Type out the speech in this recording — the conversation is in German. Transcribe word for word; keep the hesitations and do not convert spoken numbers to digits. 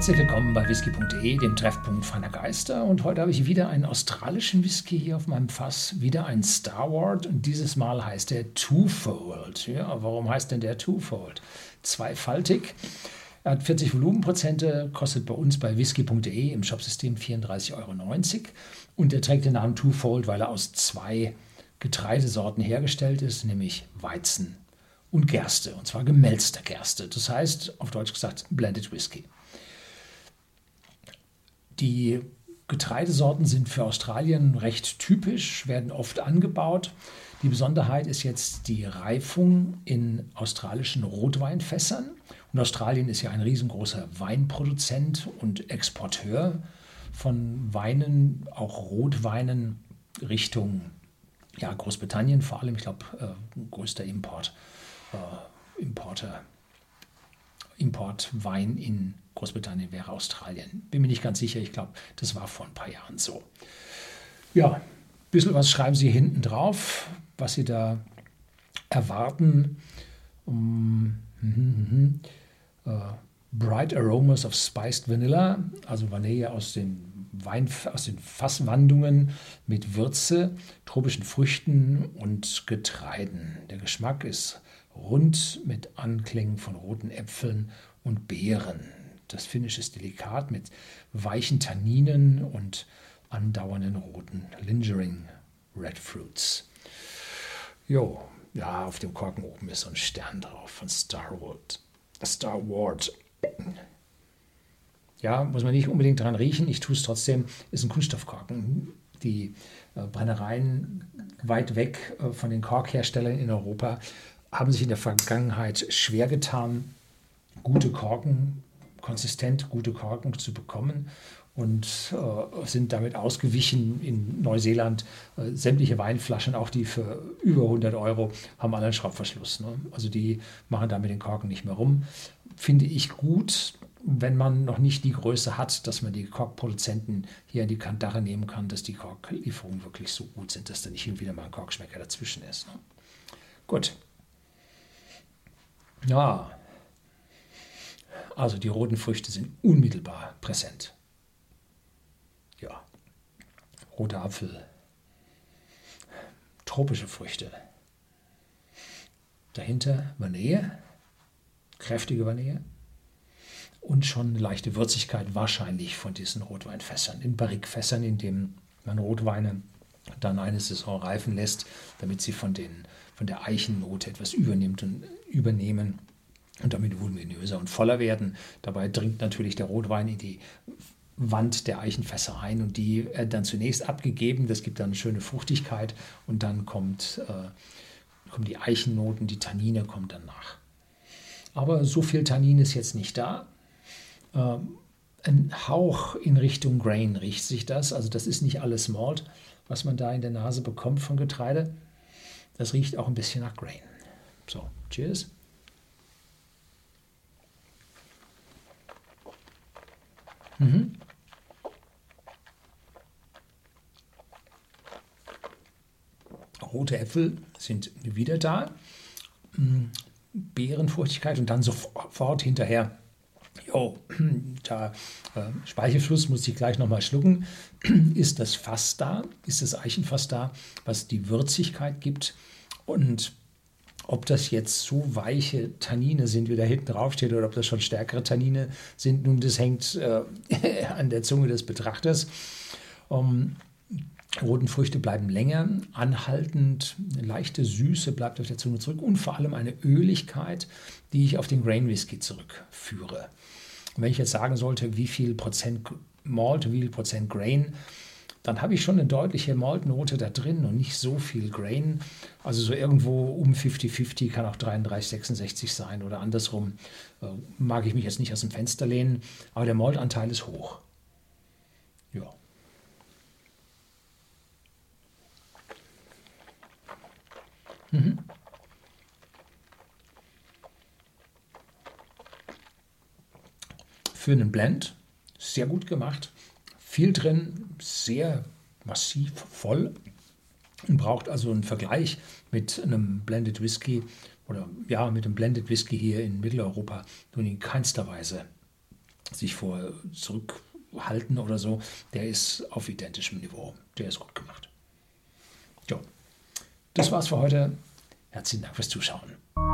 Herzlich willkommen bei whisky punkt de, dem Treffpunkt feiner Geister. Und heute habe ich wieder einen australischen Whisky hier auf meinem Fass, wieder ein Starward. Und dieses Mal heißt der Twofold. Ja, warum heißt denn der Twofold? Zweifaltig. Er hat vierzig Volumenprozente, kostet bei uns bei whisky punkt de im Shopsystem vierunddreißig Euro neunzig. Und er trägt den Namen Twofold, weil er aus zwei Getreidesorten hergestellt ist, nämlich Weizen und Gerste, und zwar gemälzter Gerste. Das heißt, auf Deutsch gesagt, Blended Whisky. Die Getreidesorten sind für Australien recht typisch, werden oft angebaut. Die Besonderheit ist jetzt die Reifung in australischen Rotweinfässern. Und Australien ist ja ein riesengroßer Weinproduzent und Exporteur von Weinen, auch Rotweinen Richtung ja, Großbritannien vor allem. Ich glaube, äh, größter Import, äh, Importer, Importwein in Großbritannien wäre Australien. Bin mir nicht ganz sicher, ich glaube, das war vor ein paar Jahren so. Ja, ein bisschen was schreiben Sie hinten drauf, was Sie da erwarten. Um, mm, mm, uh, Bright Aromas of Spiced Vanilla, also Vanille aus den Wein, aus den Fasswandungen mit Würze, tropischen Früchten und Getreiden. Der Geschmack ist rund mit Anklängen von roten Äpfeln und Beeren. Das Finish ist delikat mit weichen Tanninen und andauernden roten Lingering Red Fruits. Jo, ja, auf dem Korken oben ist so ein Stern drauf von Starward. Starward. Ja, muss man nicht unbedingt dran riechen. Ich tue es trotzdem. Ist ein Kunststoffkorken. Die äh, Brennereien weit weg äh, von den Korkherstellern in Europa haben sich in der Vergangenheit schwer getan, gute Korken, konsistent gute Korken zu bekommen und äh, sind damit ausgewichen in Neuseeland. Äh, sämtliche Weinflaschen, auch die für über hundert Euro, haben alle einen Schraubverschluss. Ne? Also die machen damit den Korken nicht mehr rum. Finde ich gut, wenn man noch nicht die Größe hat, dass man die Korkproduzenten hier in die Kandare nehmen kann, dass die Korklieferungen wirklich so gut sind, dass da nicht hin und wieder mal ein Korkschmecker dazwischen ist. Ne? Gut. Ja, also die roten Früchte sind unmittelbar präsent. Ja, roter Apfel, tropische Früchte. Dahinter Vanille, kräftige Vanille und schon eine leichte Würzigkeit wahrscheinlich von diesen Rotweinfässern, in Barrikfässern, in denen man Rotweine dann eine Saison reifen lässt, damit sie von, den, von der Eichennote etwas übernimmt und übernehmen und damit voluminöser und voller werden. Dabei dringt natürlich der Rotwein in die Wand der Eichenfässer ein und die äh, dann zunächst abgegeben. Das gibt dann eine schöne Fruchtigkeit und dann kommt, äh, kommen die Eichennoten, die Tannine kommen dann nach. Aber so viel Tannin ist jetzt nicht da. Ähm, ein Hauch in Richtung Grain riecht sich das. Also das ist nicht alles Malt, was man da in der Nase bekommt von Getreide. Das riecht auch ein bisschen nach Grain. So, cheers. Mhm. Rote Äpfel sind wieder da. Beerenfruchtigkeit und dann sofort hinterher. Jo, da äh, Speichelfluss muss ich gleich nochmal schlucken. Ist das Fass da? Ist das Eichenfass da, was die Würzigkeit gibt? Und ob das jetzt so weiche Tannine sind, wie da hinten drauf steht, oder ob das schon stärkere Tannine sind, nun, das hängt äh, an der Zunge des Betrachters. Um, roten Früchte bleiben länger, anhaltend, eine leichte Süße bleibt auf der Zunge zurück und vor allem eine Öligkeit, die ich auf den Grain Whisky zurückführe. Und wenn ich jetzt sagen sollte, wie viel Prozent Malt, wie viel Prozent Grain, dann habe ich schon eine deutliche Maltnote da drin und nicht so viel Grain. Also so irgendwo um fünfzig fünfzig, kann auch dreiunddreißig sechsundsechzig sein oder andersrum. Äh, mag ich mich jetzt nicht aus dem Fenster lehnen, aber der Maltanteil ist hoch. Ja. Mhm. Für einen Blend sehr gut gemacht. Viel drin, sehr massiv voll und braucht also einen Vergleich mit einem Blended Whisky oder ja, mit einem Blended Whisky hier in Mitteleuropa nun in keinster Weise sich vor zurückhalten oder so, der ist auf identischem Niveau. Der ist gut gemacht. Jo. Das war's für heute. Herzlichen Dank fürs Zuschauen.